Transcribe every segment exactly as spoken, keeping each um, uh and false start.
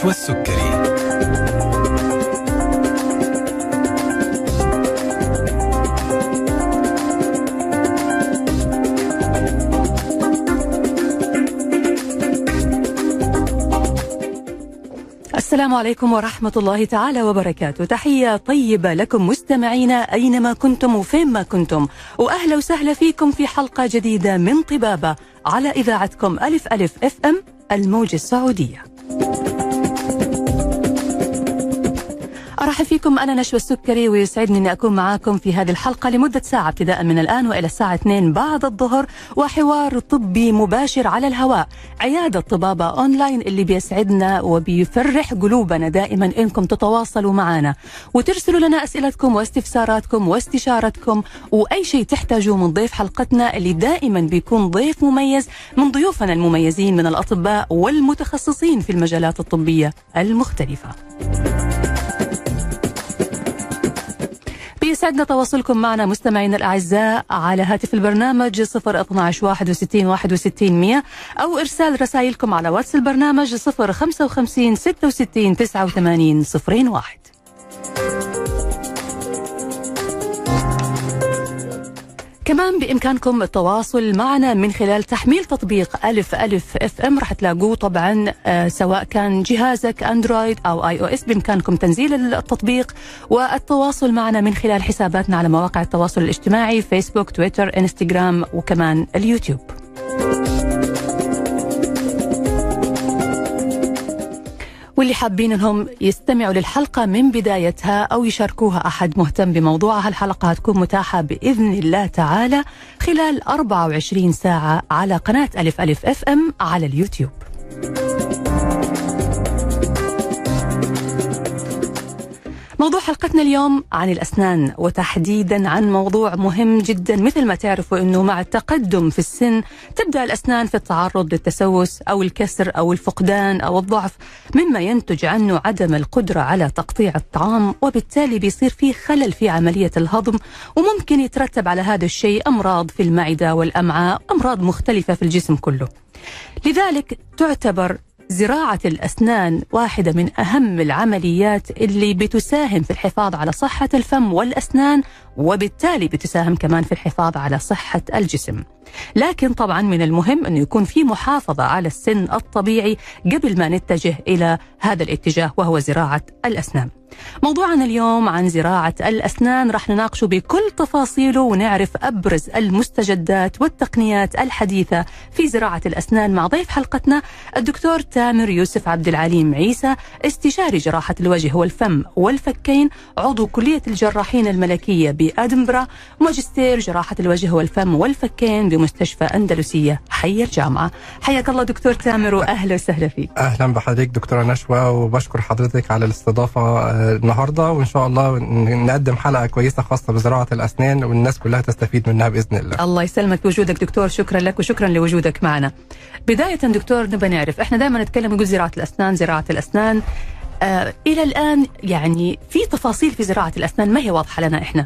نشوى السكري. السلام عليكم ورحمة الله تعالى وبركاته. تحية طيبة لكم مستمعينا أينما كنتم وفين ما كنتم، وأهلا وسهلا فيكم في حلقة جديدة من طبابة على إذاعتكم ألف ألف اف ام الموجة السعودية. أرحب فيكم، أنا نشوى السكري، ويسعدني أني أكون معاكم في هذه الحلقة لمدة ساعة ابتداء من الآن وإلى الساعة اثنين بعد الظهر، وحوار طبي مباشر على الهواء، عيادة طبابة أونلاين اللي بيسعدنا وبيفرح قلوبنا دائما إنكم تتواصلوا معنا وترسلوا لنا أسئلتكم واستفساراتكم واستشارتكم وأي شيء تحتاجوه من ضيف حلقتنا اللي دائما بيكون ضيف مميز من ضيوفنا المميزين من الأطباء والمتخصصين في المجالات الطبية المختلفة. بيسعدنا تواصلكم معنا مستمعينا الأعزاء على هاتف البرنامج صفر اثناعش واحد وستين واحد وستين مية، أو إرسال رسائلكم على واتس البرنامج صفر خمسة وخمسين ستة وستين تسعة وثمانين صفرين واحد. كمان بإمكانكم التواصل معنا من خلال تحميل تطبيق ألف ألف اف ام، رح تلاقوه طبعا آه سواء كان جهازك اندرويد او اي او اس، بإمكانكم تنزيل التطبيق والتواصل معنا من خلال حساباتنا على مواقع التواصل الاجتماعي فيسبوك، تويتر، انستغرام، وكمان اليوتيوب. واللي حابين انهم يستمعوا للحلقة من بدايتها او يشاركوها احد مهتم بموضوعها، الحلقة هتكون متاحة باذن الله تعالى خلال أربعة وعشرين ساعة على قناة ألف ألف اف ام على اليوتيوب. موضوع حلقتنا اليوم عن الأسنان، وتحديدا عن موضوع مهم جدا. مثل ما تعرفوا أنه مع التقدم في السن تبدأ الأسنان في التعرض للتسوس أو الكسر أو الفقدان أو الضعف، مما ينتج عنه عدم القدرة على تقطيع الطعام، وبالتالي بيصير فيه خلل في عملية الهضم، وممكن يترتب على هذا الشيء أمراض في المعدة والأمعاء، أمراض مختلفة في الجسم كله. لذلك تعتبر زراعة الأسنان واحدة من أهم العمليات اللي بتساهم في الحفاظ على صحة الفم والأسنان، وبالتالي بتساهم كمان في الحفاظ على صحة الجسم. لكن طبعا من المهم أنه يكون في محافظة على السن الطبيعي قبل ما نتجه إلى هذا الاتجاه، وهو زراعة الأسنان. موضوعنا اليوم عن زراعة الأسنان، رح نناقشه بكل تفاصيله ونعرف أبرز المستجدات والتقنيات الحديثة في زراعة الأسنان مع ضيف حلقتنا الدكتور تامر يوسف عبد العليم عيسى، استشاري جراحة الوجه والفم والفكين، عضو كلية الجراحين الملكية بأدنبرا، ماجستير جراحة الوجه والفم والفكين بمستشفى أندلسية حي الجامعة. حياك الله دكتور تامر وأهلا وسهلا فيك. أهلا بحضرتك دكتورة نشوى، وبشكر حضرتك على الاستضافة النهاردة، وإن شاء الله نقدم حلقة كويسة خاصة بزراعة الأسنان والناس كلها تستفيد منها بإذن الله. الله يسلمك بوجودك دكتور، شكرا لك وشكرا لوجودك معنا. بداية دكتور نبغى نعرف، احنا دائما نتكلم نقول زراعة الأسنان زراعة الأسنان، آه إلى الآن يعني في تفاصيل في زراعة الأسنان ما هي واضحة لنا إحنا،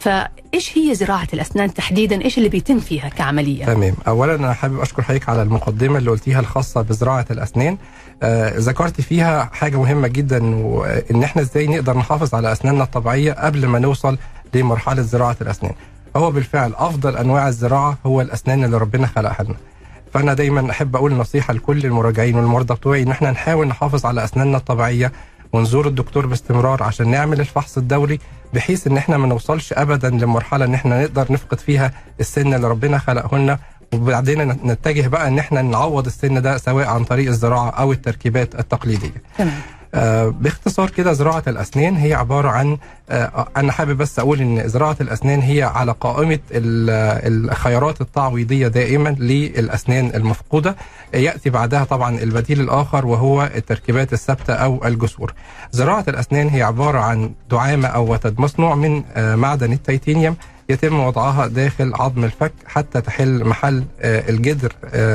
فإيش هي زراعة الأسنان تحديدا؟ إيش اللي بيتم فيها كعملية؟ تمام، أولا أنا حابب أشكر حضرتك على المقدمة اللي قلتيها الخاصة بزراعة الأسنان. آه ذكرت فيها حاجة مهمة جدا، وإن إحنا إزاي نقدر نحافظ على أسناننا الطبيعية قبل ما نوصل لمرحلة زراعة الأسنان. هو بالفعل أفضل أنواع الزراعة هو الأسنان اللي ربنا خلقها لنا. فأنا دايما أحب أقول نصيحة لكل المراجعين والمرضى بتوعي إن إحنا نحاول نحافظ على أسناننا الطبيعية ونزور الدكتور باستمرار عشان نعمل الفحص الدوري، بحيث إن إحنا ما نوصلش أبدا لمرحلة إن إحنا نقدر نفقد فيها السن اللي ربنا خلقه لنا، وبعدين نتجه بقى إن إحنا نعوض السن ده سواء عن طريق الزراعة أو التركيبات التقليدية. تمام. آه باختصار كده، زراعة الأسنان هي عبارة عن آه أنا حابب بس أقول إن زراعة الأسنان هي على قائمة الخيارات التعويضية دائما للأسنان المفقودة. يأتي بعدها طبعا البديل الآخر وهو التركيبات الثابتة أو الجسور. زراعة الأسنان هي عبارة عن دعامة أو وتد مصنوع من آه معدن التيتانيوم، يتم وضعها داخل عظم الفك حتى تحل محل الجذر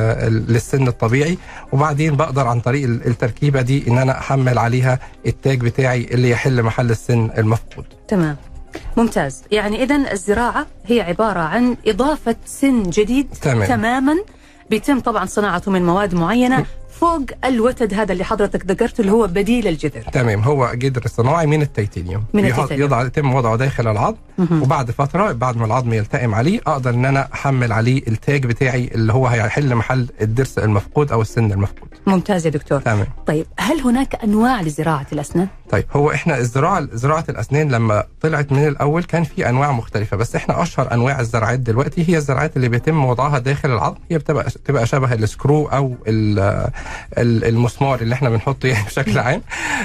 للسن الطبيعي، وبعدين بقدر عن طريق التركيبة دي ان انا احمل عليها التاج بتاعي اللي يحل محل السن المفقود. تمام، ممتاز. يعني اذن الزراعة هي عبارة عن اضافة سن جديد. تمام. تماما، بيتم طبعا صناعته من مواد معينة فوق الوتد هذا اللي حضرتك ذكرته اللي هو بديل الجذر. تمام، هو جذر صناعي من التيتانيوم، من التيتانيوم. يضع يتم وضعه داخل العظم، وبعد فتره بعد ما العظم يلتئم عليه اقدر ان انا احمل عليه التاج بتاعي اللي هو هيحل محل الضرس المفقود او السن المفقود. ممتاز يا دكتور. تمام. طيب هل هناك انواع لزراعه الاسنان؟ طيب هو احنا الزراعه زراعه الاسنان لما طلعت من الاول كان في انواع مختلفه، بس احنا اشهر انواع الزراعات دلوقتي هي الزراعات اللي بيتم وضعها داخل العظم، هي بتبقى بتبقى شبه السكرو او المسمار اللي احنا بنحطه يعني بشكل عام.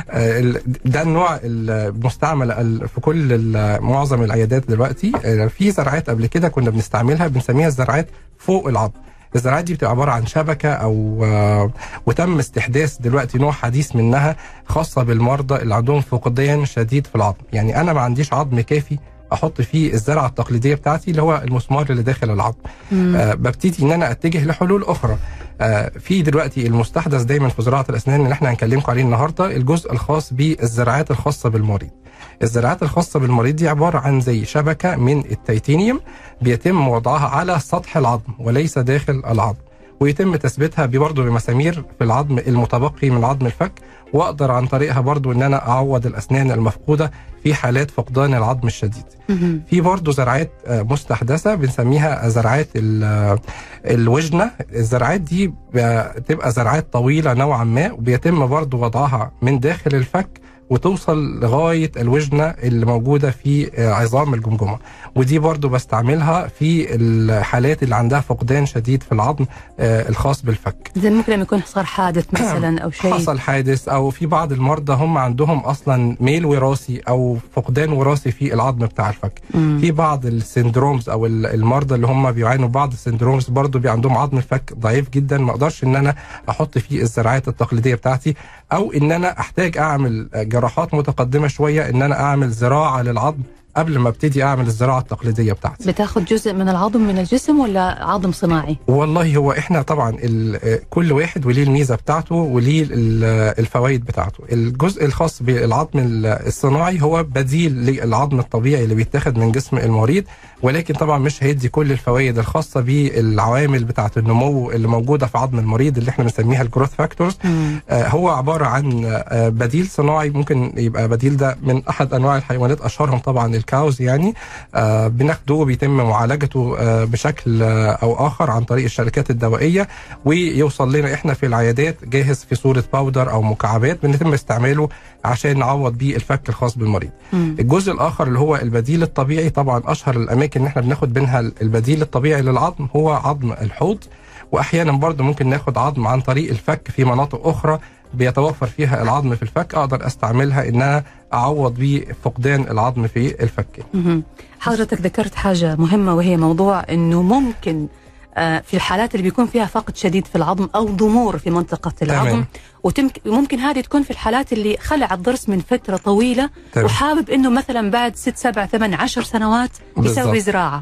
ده النوع المستعمل في كل معظم العيادات دلوقتي. في زراعات قبل كده كنا بنستعملها بنسميها الزراعات فوق العظم. الزراعات دي بتبقى عباره عن شبكه او آه وتم استحداث دلوقتي نوع حديث منها خاصه بالمرضى اللي عندهم فقدان شديد في العظم. يعني انا ما عنديش عظم كافي احط فيه الزرعه التقليديه بتاعتي اللي هو المسمار اللي داخل العظم. آه ببتدي ان انا اتجه لحلول اخرى. آه في دلوقتي المستحدث دايما في زراعه الاسنان اللي احنا هنكلمكم عليه النهارده الجزء الخاص بالزراعات الخاصه بالمريض. الزراعات الخاصة بالمريض دي عبارة عن زي شبكة من التيتانيوم بيتم وضعها على سطح العظم وليس داخل العظم، ويتم تثبيتها برضه بمسامير في العظم المتبقي من عظم الفك، واقدر عن طريقها برضه ان انا اعوض الاسنان المفقودة في حالات فقدان العظم الشديد. في برضه زراعات مستحدثة بنسميها زراعات الوجنة. الزراعات دي بتبقى زراعات طويلة نوعا ما، وبيتم برضه وضعها من داخل الفك وتوصل لغاية الوجنة اللي موجودة في عظام الجمجمة، ودي برضو بستعملها في الحالات اللي عندها فقدان شديد في العظم الخاص بالفك. إذا ممكن لما يكون صار حادث مثلا أو شيء، حصل حادث، أو في بعض المرضى هم عندهم أصلا ميل وراثي أو فقدان وراثي في العظم بتاع الفك. مم. في بعض السندرومز أو المرضى اللي هم بيعانوا بعض السندرومز برضو بي عندهم عظم الفك ضعيف جدا، ما أقدرش إن أنا أحط فيه الزراعات التقليدية بتاعتي، أو إن أنا أحتاج أعمل جراحات متقدمة شوية إن أنا أعمل زراعة للعظم قبل ما ابتدي اعمل الزراعه التقليديه بتاعتي. بتاخد جزء من العظم من الجسم ولا عظم صناعي؟ والله هو احنا طبعا كل واحد وليه الميزه بتاعته وليه الفوائد بتاعته. الجزء الخاص بالعظم الصناعي هو بديل للعظم الطبيعي اللي بيتاخد من جسم المريض، ولكن طبعا مش هيدي كل الفوائد الخاصه بالعوامل بتاعه النمو اللي موجوده في عظم المريض اللي احنا بنسميها الجروث فاكتورز. آه هو عباره عن آه بديل صناعي، ممكن يبقى بديل ده من احد انواع الحيوانات، اشهرهم طبعا الكاوز يعني. آه بناخده وبيتم معالجته آه بشكل آه او اخر عن طريق الشركات الدوائيه، ويوصل لنا احنا في العيادات جاهز في صوره باودر او مكعبات بنتم استعماله عشان نعوض بيه الفك الخاص بالمريض. مم. الجزء الاخر اللي هو البديل الطبيعي، طبعا اشهر الاماكن اللي احنا بناخد منها البديل الطبيعي للعظم هو عظم الحوض، واحيانا برضه ممكن ناخد عظم عن طريق الفك في مناطق اخرى بيتوفر فيها العظم في الفك، اقدر استعملها ان انا اعوض بيه فقدان العظم في الفك. مم. حضرتك ذكرت حاجه مهمه وهي موضوع انه ممكن في الحالات اللي بيكون فيها فقد شديد في العظم أو ضمور في منطقة العظم، وممكن هذه تكون في الحالات اللي خلع الضرس من فترة طويلة. تمام. وحابب أنه مثلا بعد ست سبع ثمان عشر سنوات يسوي زراعة.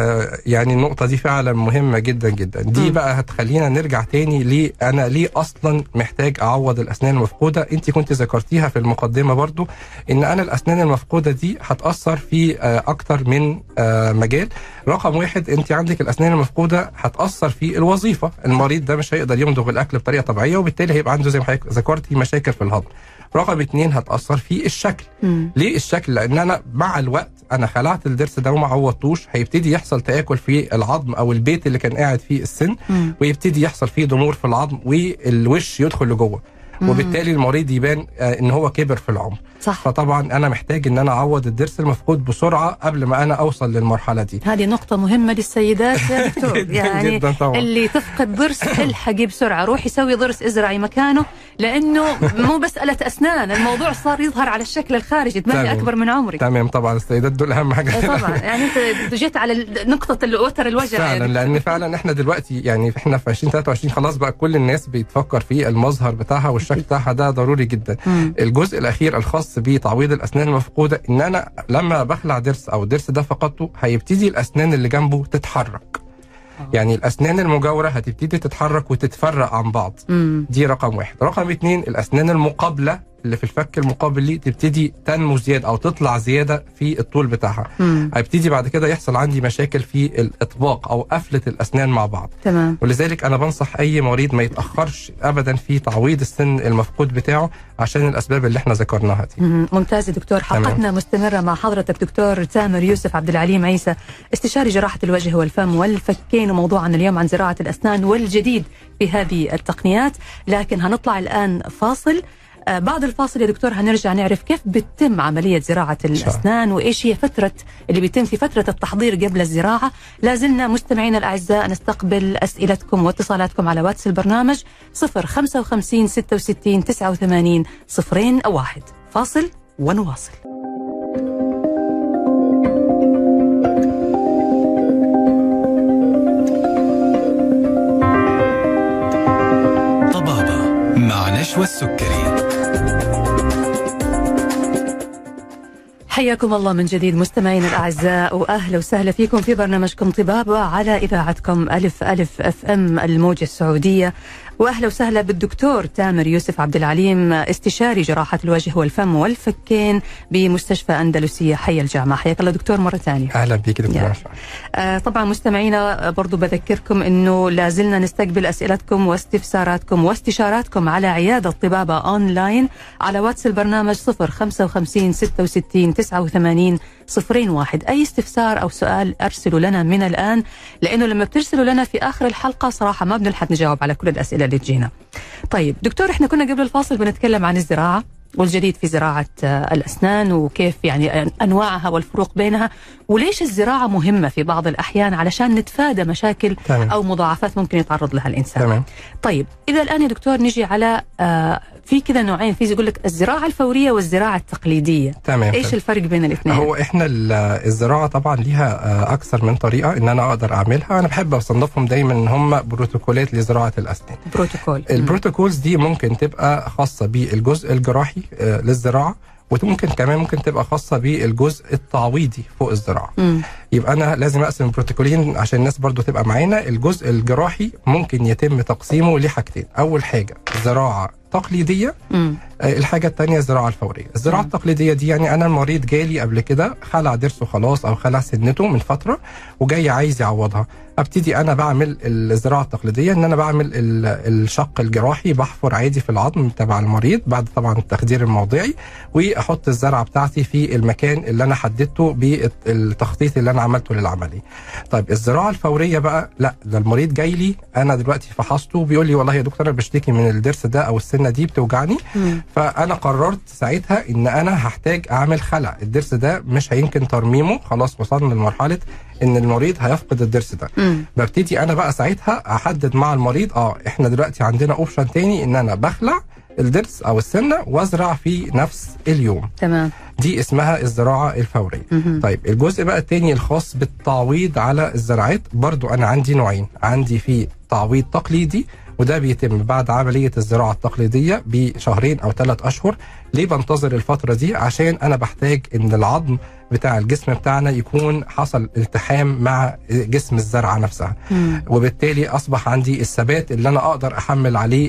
يعني النقطة دي فعلا مهمة جدا جدا. دي م. بقى هتخلينا نرجع تاني ليه أنا ليه أصلا محتاج أعوض الأسنان المفقودة. أنت كنت ذكرتيها في المقدمة برضو إن أنا الأسنان المفقودة دي هتأثر في أكتر من مجال. رقم واحد، أنت عندك الأسنان المفقودة هتأثر في الوظيفة، المريض ده مش هيقدر يمضغ الأكل بطريقة طبيعية، وبالتالي هيبقى عنده زي ما حضرتك ذكرتي مشاكل في الهضم. رقم اتنين، هتأثر في الشكل. مم. ليه الشكل؟ لأن أنا مع الوقت أنا خلعت الضرس ده وما عوضتوش، هيبتدي يحصل تآكل في العظم أو البيت اللي كان قاعد فيه السن، مم. ويبتدي يحصل فيه ضمور في العظم والوش يدخل لجوه، وبالتالي المريض يبان آه ان هو كبر في العمر. صح. فطبعا انا محتاج ان انا اعوض الضرس المفقود بسرعه قبل ما انا اوصل للمرحله دي. هذه نقطه مهمه للسيدات يا دكتور. يعني جداً طبعا. اللي تفقد ضرس الحقي بسرعه، روحي سوي ضرس ازرعي مكانه، لانه مو مساله اسنان، الموضوع صار يظهر على الشكل الخارجي، تبان اكبر من عمرك. تمام طبعا، السيدات دول اهم حاجه. طبعا يعني انت جيت على نقطه الوتر الوجع فعلا يعني. لان فعلا احنا دلوقتي يعني احنا في عشرين ثلاثة وعشرين خلاص بقى كل الناس بتفكر في المظهر بتاعها والشكل بتاعها، ده ضروري جدا. مم. الجزء الاخير الخاص بتعويض الاسنان المفقوده، ان انا لما بخلع ضرس او الضرس ده فقدته هيبتدي الاسنان اللي جنبه تتحرك. أوه. يعني الاسنان المجاوره هتبتدي تتحرك وتتفرق عن بعض. مم. دي رقم واحد. رقم اتنين، الاسنان المقابله اللي في الفك المقابل ليه تبتدي تنمو زياده او تطلع زياده في الطول بتاعها. مم. هيبتدي بعد كده يحصل عندي مشاكل في الاطباق او قفله الاسنان مع بعض. تمام. ولذلك انا بنصح اي مريض ما يتاخرش ابدا في تعويض السن المفقود بتاعه عشان الاسباب اللي احنا ذكرناها دي. ممتاز دكتور. حلقتنا مستمره مع حضرتك دكتور تامر يوسف عبد العليم عيسى، استشاري جراحه الوجه والفم والفكين، وموضوعنا اليوم عن زراعه الاسنان والجديد في هذه التقنيات. لكن هنطلع الان فاصل. آه بعد الفاصل يا دكتور هنرجع نعرف كيف بتتم عملية زراعة الأسنان وإيش هي فترة اللي بيتم في فترة التحضير قبل الزراعة. لازلنا مستمعينا الأعزاء نستقبل أسئلتكم واتصالاتكم على واتس البرنامج صفر خمسة وخمسين ستة وستين تسعة وثمانين صفرين واحد. فاصل ونواصل. طبابة مع نشوى السكري. حياكم الله من جديد مستمعين الأعزاء، وأهلا وسهلا فيكم في برنامجكم طبابة على إذاعتكم ألف ألف أف أم الموجة السعودية. وأهلا وسهلا بالدكتور تامر يوسف عبد العليم، استشاري جراحة الوجه والفم والفكين بمستشفى أندلسية حي الجامعة. حياك الله دكتور مرة ثانية. أهلا بك دكتور. آه طبعا مستمعينا برضو بذكركم أنه لازلنا نستقبل أسئلتكم واستفساراتكم واستشاراتكم على عيادة طبابة أونلاين على واتس البرنامج صفر خمسة وخمسين ستة وستين تسعة وثمانين صفرين واحد. أي استفسار أو سؤال أرسلوا لنا من الآن، لأنه لما بترسلوا لنا في آخر الحلقة صراحة ما بنلحق نجاوب على كل الأسئلة اللي تجينا. طيب دكتور، إحنا كنا قبل الفاصل بنتكلم عن الزراعة والجديد في زراعة الأسنان وكيف يعني أنواعها والفروق بينها، وليش الزراعة مهمة في بعض الأحيان علشان نتفادى مشاكل تمام. أو مضاعفات ممكن يتعرض لها الإنسان. تمام. طيب إذا الآن يا دكتور نجي على آه في كذا نوعين، في يقول لك الزراعة الفورية والزراعة التقليدية. تمام. إيش تمام. الفرق بين الاثنين؟ هو إحنا الزراعة طبعا ليها أكثر من طريقة إن أنا أقدر أعملها. أنا بحب أصنفهم دايما إن هم بروتوكولات لزراعة الأسنان. بروتوكول. البروتوكولز دي ممكن تبقى خاصة بالجزء الجراحي للزراعة، وممكن كمان ممكن تبقى خاصة بالجزء التعويضي فوق الزراعة. م. يبقى أنا لازم أقسم البروتوكولين عشان الناس برضو تبقى معانا. الجزء الجراحي ممكن يتم تقسيمه لحاجتين. أول حاجة زراعة تقليدية، م. الحاجة الثانية الزراعة الفورية. الزراعة م. التقليدية دي يعني أنا المريض جالي قبل كده خلع ضرسه خلاص أو خلع سنته من فترة وجاي عايز يعوضها، ابتدي انا بعمل الزراعه التقليديه ان انا بعمل الشق الجراحي، بحفر عادي في العظم تبع المريض بعد طبعا التخدير الموضعي، واحط الزرعه بتاعتي في المكان اللي انا حددته بالتخطيط اللي انا عملته للعمليه. طيب الزراعه الفوريه بقى لا، ده المريض جاي لي انا دلوقتي فحصته بيقول لي والله يا دكتور انا بشتكي من الضرس ده او السنه دي بتوجعني، م. فانا قررت ساعتها ان انا هحتاج اعمل خلع. الضرس ده مش هيمكن ترميمه، خلاص وصلنا لمرحله ان المريض هيفقد الضرس ده. مم. ببتدي انا بقى ساعتها احدد مع المريض اه احنا دلوقتي عندنا اوبشن تاني ان انا بخلع الضرس او السنه وازرع في نفس اليوم. تمام. دي اسمها الزراعه الفوريه. مم. طيب الجزء بقى التاني الخاص بالتعويض على الزراعات، برضو انا عندي نوعين. عندي في تعويض تقليدي وده بيتم بعد عملية الزراعة التقليدية بشهرين أو ثلاث أشهر. ليه بنتظر الفترة دي؟ عشان أنا بحتاج إن العظم بتاع الجسم بتاعنا يكون حصل التحام مع جسم الزرعة نفسها، مم. وبالتالي أصبح عندي الثبات اللي أنا أقدر أحمل عليه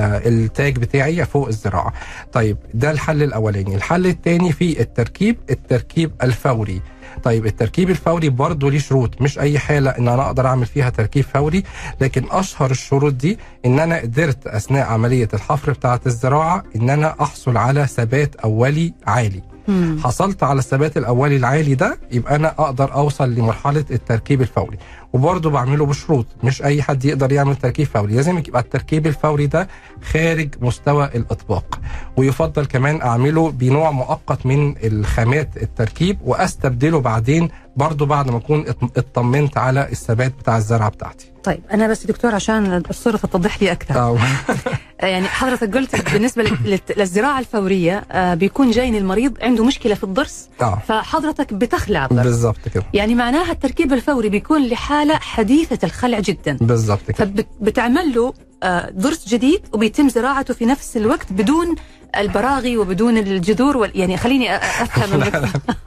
التاج بتاعي فوق الزراعة. طيب ده الحل الأولاني. الحل الثاني في التركيب، التركيب الفوري. طيب التركيب الفوري برضه ليه شروط، مش اي حاله ان انا اقدر اعمل فيها تركيب فوري، لكن اشهر الشروط دي ان انا قدرت اثناء عمليه الحفر بتاعه الزراعه ان انا احصل على ثبات اولي عالي. مم. حصلت على الثبات الاولي العالي ده يبقى انا اقدر اوصل لمرحله التركيب الفوري. وبرضه بعمله بشروط، مش اي حد يقدر يعمل تركيب فوري، لازم يبقى التركيب الفوري ده خارج مستوى الاطباق، ويفضل كمان اعمله بنوع مؤقت من الخامات التركيب واستبدله بعدين برضه بعد ما اكون اطمنت على الثبات بتاع الزرعه بتاعتي. طيب انا بس دكتور عشان الصوره تتضح لي اكثر. يعني حضرتك قلت بالنسبه للزراعه الفوريه بيكون جاي المريض عنده مشكله في الضرس، أوه. فحضرتك بتخلع الضرس بالضبط كده، يعني معناها التركيب الفوري بيكون لحاله حديثه الخلع جدا بالضبط كده، فبتعمل له ضرس جديد وبيتم زراعته في نفس الوقت بدون البراغي وبدون الجذور وال... يعني خليني افهم. لا, لا,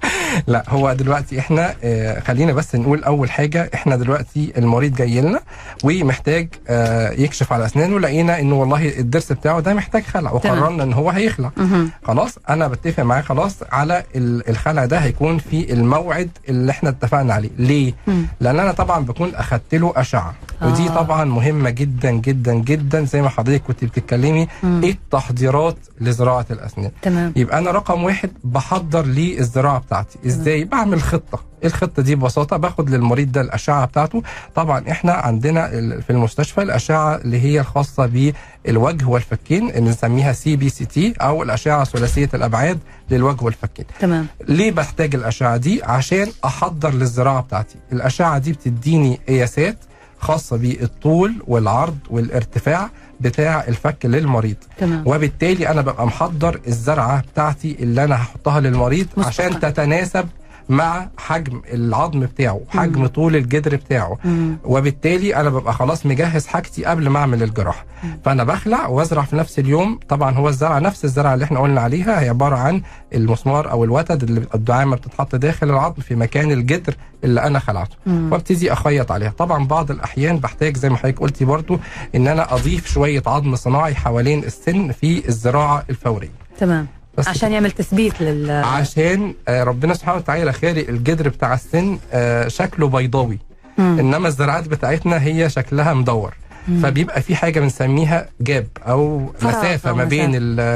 لا هو دلوقتي احنا اه خلينا بس نقول اول حاجه، احنا دلوقتي المريض جاي لنا ومحتاج اه يكشف على اسنانه، لقينا انه والله الضرس بتاعه ده محتاج خلع وقررنا ان هو هيخلع. خلاص انا بتفق معاه خلاص على الخلع ده هيكون في الموعد اللي احنا اتفقنا عليه. ليه؟ مم. لان انا طبعا بكون اخدت له اشعه آه. ودي طبعا مهمه جدا جدا جدا زي ما حضرتك كنت بتتكلمي. مم. ايه التحضيرات لزراعه الاسنان؟ تمام. يبقى انا رقم واحد بحضر للزراعه بتاعتي ازاي. مم. بعمل خطه. الخطه دي ببساطه باخد للمريض ده الاشعه بتاعته. طبعا احنا عندنا في المستشفى الاشعه اللي هي الخاصه بالوجه والفكين اللي بنسميها سي بي سي تي او الاشعه ثلاثيه الابعاد للوجه والفكين. تمام. ليه بحتاج الاشعه دي؟ عشان احضر للزراعه بتاعتي. الاشعه دي بتديني قياسات خاصه بالطول والعرض والارتفاع بتاع الفك للمريض. تمام. وبالتالي انا ببقى محضر الزرعه بتاعتي اللي انا هحطها للمريض مصطفى. عشان تتناسب مع حجم العظم بتاعه، حجم مم. طول الجدر بتاعه. مم. وبالتالي انا ببقى خلاص مجهز حاجتي قبل ما اعمل الجراحه. مم. فانا بخلع وازرع في نفس اليوم. طبعا هو الزرعه نفس الزرعه اللي احنا قلنا عليها، هي عباره عن المسمار او الوتد اللي الدعامه بتتحط داخل العظم في مكان الجدر اللي انا خلعته. مم. وابتدي اخيط عليها. طبعا بعض الاحيان بحتاج زي ما حضرتك قلتي برضو ان انا اضيف شويه عظم صناعي حوالين السن في الزراعه الفوريه. تمام. عشان يعمل تثبيت لل عشان آه ربنا سبحانه وتعالى خالق الجدر بتاع السن آه شكله بيضاوي. مم. انما الزراعات بتاعتنا هي شكلها مدور. مم. فبيبقى في حاجه بنسميها جاب او مسافه ما بين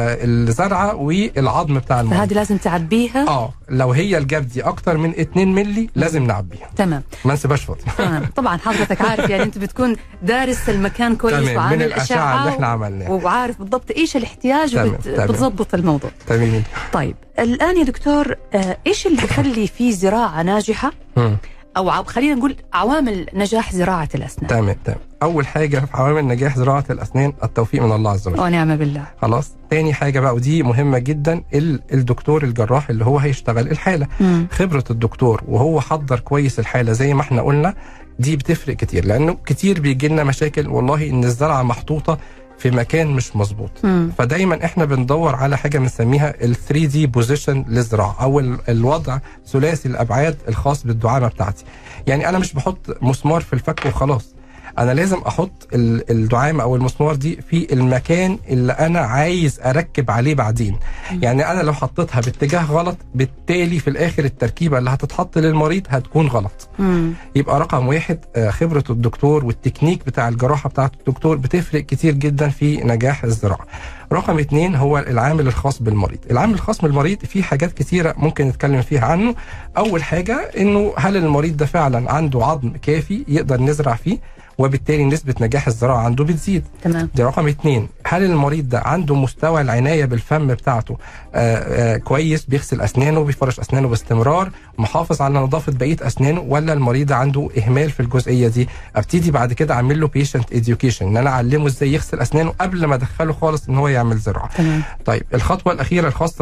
الزرعه والعظم بتاع المريض. فهذه لازم تعبيها. اه لو هي الجاب دي اكتر من اتنين مللي لازم نعبيها. تمام. ما نسيبهاش فاضي. تمام. طبعا حضرتك عارف يعني انت بتكون دارس المكان كويس وعامل الاشعه اللي احنا عملناها وعارف بالضبط ايش الاحتياج وبتظبط الموضوع. تمام. طيب الان يا دكتور آه ايش اللي بيخلي في زراعه ناجحه؟ م. او خلينا نقول عوامل نجاح زراعه الاسنان. تمام تمام. اول حاجه في عوامل نجاح زراعه الاسنان التوفيق من الله عز وجل. ونعم بالله. خلاص. تاني حاجه بقى ودي مهمه جدا، الدكتور الجراح اللي هو هيشتغل الحاله. مم. خبره الدكتور وهو حضر كويس الحاله زي ما احنا قلنا دي بتفرق كتير، لانه كتير بيجي لنا مشاكل والله ان الزرعه محطوطه في مكان مش مظبوط. فدايما احنا بندور على حاجه بنسميها ال ثري دي بوزيشن للزراعه او الوضع ثلاثي الابعاد الخاص بالدعامه بتاعتي. يعني انا مش بحط مسمار في الفك وخلاص، انا لازم احط الدعامه او المسمار دي في المكان اللي انا عايز اركب عليه بعدين. يعني انا لو حطيتها باتجاه غلط بالتالي في الاخر التركيبه اللي هتتحط للمريض هتكون غلط. مم. يبقى رقم واحد خبره الدكتور والتكنيك بتاع الجراحه بتاعه الدكتور بتفرق كتير جدا في نجاح الزراعه. رقم اتنين هو العامل الخاص بالمريض. العامل الخاص بالمريض في حاجات كتيره ممكن نتكلم فيها عنه. اول حاجه انه هل المريض ده فعلا عنده عظم كافي يقدر نزرع فيه، وبالتالي نسبة نجاح الزراعة عنده بتزيد. تمام. دي رقم اتنين. هل المريض ده عنده مستوى العناية بالفم بتاعته آآ آآ كويس، بيغسل أسنانه بيفرش أسنانه باستمرار، محافظ على نظافة بقية أسنانه، ولا المريض عنده إهمال في الجزئية دي؟ أبتدي بعد كده أعمل له بيشنت إديوكيشن، إن أنا أعلمه إزاي يغسل أسنانه قبل ما أدخله خالص إن هو يعمل زراعة. تمام. طيب الخطوة الأخيرة الخاصة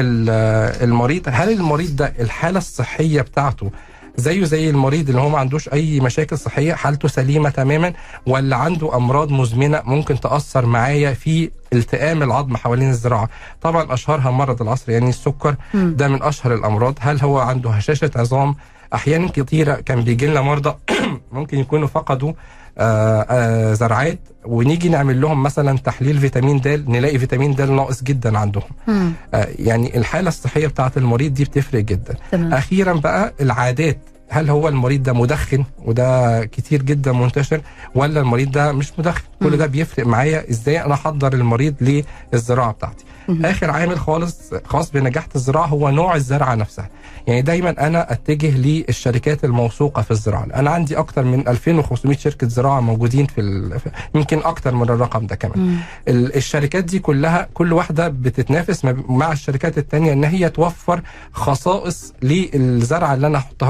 بالمريض، هل المريض ده الحالة الصحية بتاعته زيه زي المريض اللي هو ما عندوش اي مشاكل صحيه، حالته سليمه تماما، ولا عنده امراض مزمنه ممكن تاثر معايا في التئام العظم حوالين الزراعه؟ طبعا اشهرها مرض العصر يعني السكر. م. ده من اشهر الامراض. هل هو عنده هشاشه عظام؟ احيانا كتيره كان بيجي لنا مرضى ممكن يكونوا فقدوا آآ آآ زرعات ونيجي نعمل لهم مثلا تحليل فيتامين د نلاقي فيتامين د ناقص جدا عندهم. يعني الحاله الصحيه بتاعه المريض دي بتفرق جدا. تمام. اخيرا بقى العادات، هل هو المريض ده مدخن وده كتير جدا منتشر، ولا المريض ده مش مدخن؟ مم. كل ده بيفرق معايا ازاي انا احضر المريض للزراعه بتاعتي. مم. اخر عامل خالص خاص بنجاح الزراعه هو نوع الزرعه نفسها. يعني دايما انا اتجه للشركات الموثوقه في الزراعه. انا عندي اكتر من ألفين وخمسمائة شركه زراعه موجودين في ال... يمكن اكتر من الرقم ده كمان. مم. الشركات دي كلها كل واحده بتتنافس مع الشركات الثانيه ان هي توفر خصائص للزرعه اللي انا احطها جوه العظم.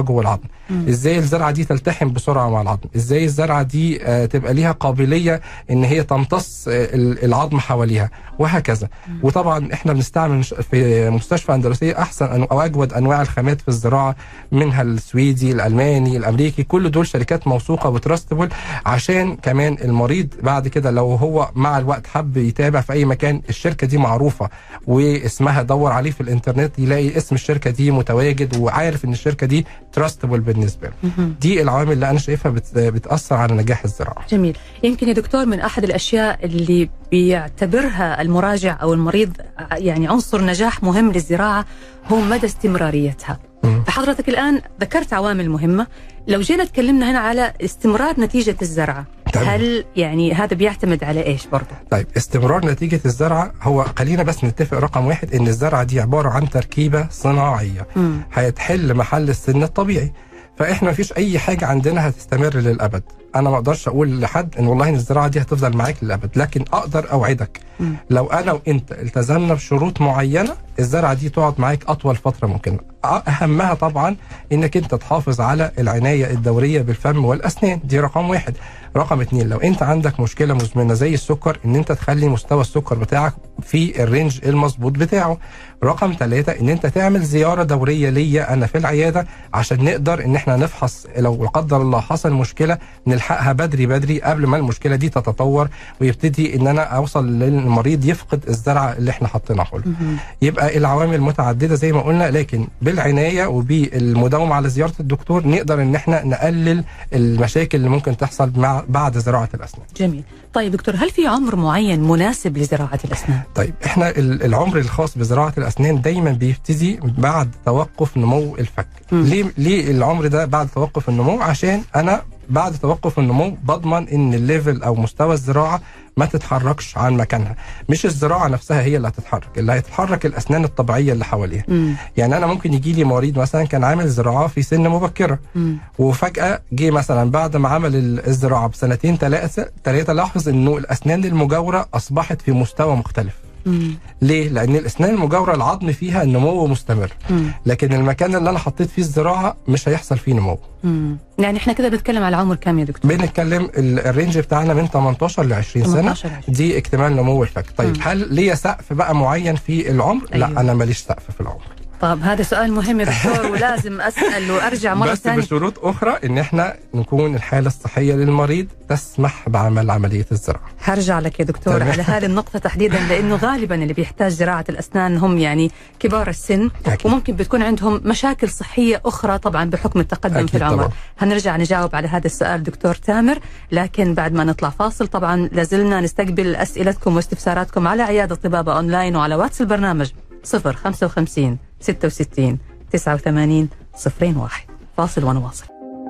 مم. ازاي الزرعه دي تلتحم بسرعه مع العظم، ازاي الزرعه دي آه تبقى ليها قابليه ان هي تمتص آه العظم حواليها وهكذا. مم. وطبعا احنا بنستعمل في مستشفى اندلسيه احسن او اجود انواع الخامات في الزراعه، منها السويدي، الالماني، الامريكي، كل دول شركات موثوقه وتراستبل، عشان كمان المريض بعد كده لو هو مع الوقت حب يتابع في اي مكان الشركه دي معروفه واسمها، دور عليه في الانترنت يلاقي اسم الشركه دي متواجد وعارف ان الشركه دي تراستبل بالنسبه له. دي العوامل اللي انا شايفها بت بتاثر على نجاح الزراعه. جميل. يمكن يا دكتور من احد الاشياء اللي بيعتبرها المراجع او المريض يعني عنصر نجاح مهم للزراعه هو مدى استمراريتها. فحضرتك الآن ذكرت عوامل مهمة، لو جينا تكلمنا هنا على استمرار نتيجة الزرعة، طيب. هل يعني هذا بيعتمد على إيش برضه؟ طيب استمرار نتيجة الزرعة، هو خلينا بس نتفق رقم واحد إن الزرعة دي عبارة عن تركيبة صناعية مم. هيتحل محل السن الطبيعي، فإحنا مفيش أي حاجة عندنا هتستمر للأبد. أنا ما أقدرش أقول لحد إن والله إن الزراعة دي هتفضل معاك للأبد، لكن أقدر أوعدك مم. لو أنا وأنت التزمنا بشروط معينة الزرعة دي تقعد معاك أطول فترة ممكنة. أهمها طبعا إنك أنت تحافظ على العناية الدورية بالفم والأسنان، دي رقم واحد. رقم اتنين، لو أنت عندك مشكلة مزمنة زي السكر، إن أنت تخلي مستوى السكر بتاعك في الرينج المظبوط بتاعه. رقم ثلاثة، إن أنت تعمل زيارة دورية ليا أنا في العيادة عشان نقدر إن إحنا نفحص لو لا قدر الله حصل مشكلة نلحقها بدري بدري قبل ما المشكلة دي تتطور ويبتدي إن أنا أوصل للمريض يفقد الزرعة اللي إحنا حاطينها له. يبقى العوامل متعددة زي ما قلنا، لكن بالعناية وبالمداومة على زيارة الدكتور نقدر إن إحنا نقلل المشاكل اللي ممكن تحصل مع بعد زراعة الأسنان. جميل. طيب دكتور، هل في عمر معين مناسب لزراعة الأسنان؟ طيب احنا العمر الخاص بزراعة الأسنان دايما بيبتدي بعد توقف نمو الفك. م. ليه ليه العمر ده بعد توقف النمو؟ عشان أنا بعد توقف النمو بضمن ان الليفل او مستوى الزراعه ما تتحركش عن مكانها، مش الزراعه نفسها هي اللي هتتحرك، اللي هيتحرك الاسنان الطبيعيه اللي حواليها. مم. يعني انا ممكن يجي لي مريض مثلا كان عامل زراعه في سن مبكره، مم. وفجاه جه مثلا بعد ما عمل الزراعه بسنتين ثلاثه ثلاثه لاحظ انه الاسنان المجاوره اصبحت في مستوى مختلف. مم. ليه؟ لأن الأسنان المجاورة العظم فيها النمو مستمر، مم. لكن المكان اللي أنا حطيت فيه الزراعة مش هيحصل فيه نمو. مم. يعني احنا كده بنتكلم على عمر كام يا دكتور؟ بنتكلم الرينج بتاعنا من ثمانية عشر ل عشرين سنة، دي اكتمال نمو الفك. طيب مم. هل ليا سقف بقى معين في العمر؟ أيوه. لا، أنا ماليش سقف في العمر. طب هذا سؤال مهم يا دكتور ولازم أسأل وأرجع مرة ثانية، بس بشروط أخرى إن إحنا نكون الحالة الصحية للمريض تسمح بعمل عملية الزراعة. هرجع لك يا دكتور تمام. على هذه النقطة تحديدا، لأنه غالبا اللي بيحتاج زراعة الأسنان هم يعني كبار السن، أكيد. وممكن بتكون عندهم مشاكل صحية أخرى طبعا بحكم التقدم في العمر. طبعا. هنرجع نجاوب على هذا السؤال دكتور تامر، لكن بعد ما نطلع فاصل. طبعا لازلنا نستقبل أسئلتكم واستفساراتكم على عيادة طبابة أونلاين وعلى واتس البرنامج صفر خمسة وخمسين ستة وستين تسعة وثمانين صفرين واحد. فاصل ونواصل.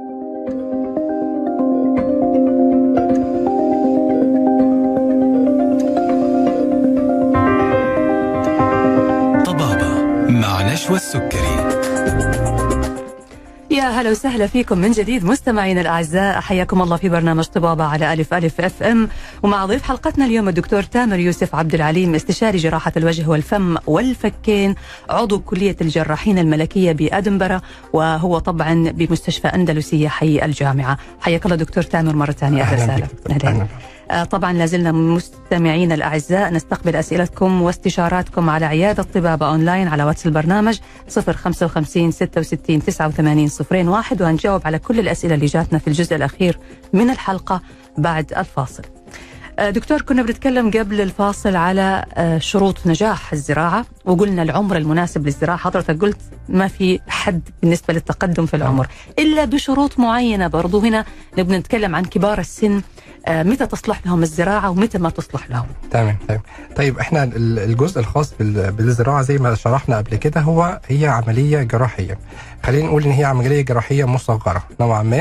طبابة مع نشوى السكري. يا هلا وسهلا فيكم من جديد مستمعينا الأعزاء، حياكم الله في برنامج طبابة على ألف ألف اف ام، ومع ضيف حلقتنا اليوم الدكتور تامر يوسف عبد العليم، استشاري جراحة الوجه والفم والفكين، عضو كلية الجراحين الملكية بأدنبرا، وهو طبعا بمستشفى أندلسية حي الجامعة. حياك الله دكتور تامر مرة ثانية. أهلا وسهلا. طبعا لازلنا مستمعين الأعزاء نستقبل أسئلتكم واستشاراتكم على عيادة طبابة أونلاين على واتس البرنامج صفر خمسة وخمسين ستة وستين تسعة وثمانين صفرين واحد، وهنجاوب على كل الأسئلة اللي جاتنا في الجزء الأخير من الحلقة بعد الفاصل. دكتور، كنا بنتكلم قبل الفاصل على شروط نجاح الزراعة، وقلنا العمر المناسب للزراعة. حضرتك قلت ما في حد بالنسبة للتقدم في العمر إلا بشروط معينة. برضو هنا نبغى نتكلم عن كبار السن، متى تصلح لهم الزراعة ومتى ما تصلح لهم. تمام تمام. طيب احنا الجزء الخاص بالزراعة زي ما شرحنا قبل كده هو هي عملية جراحية، خلينا نقول ان هي عملية جراحية مصغرة نوعا ما.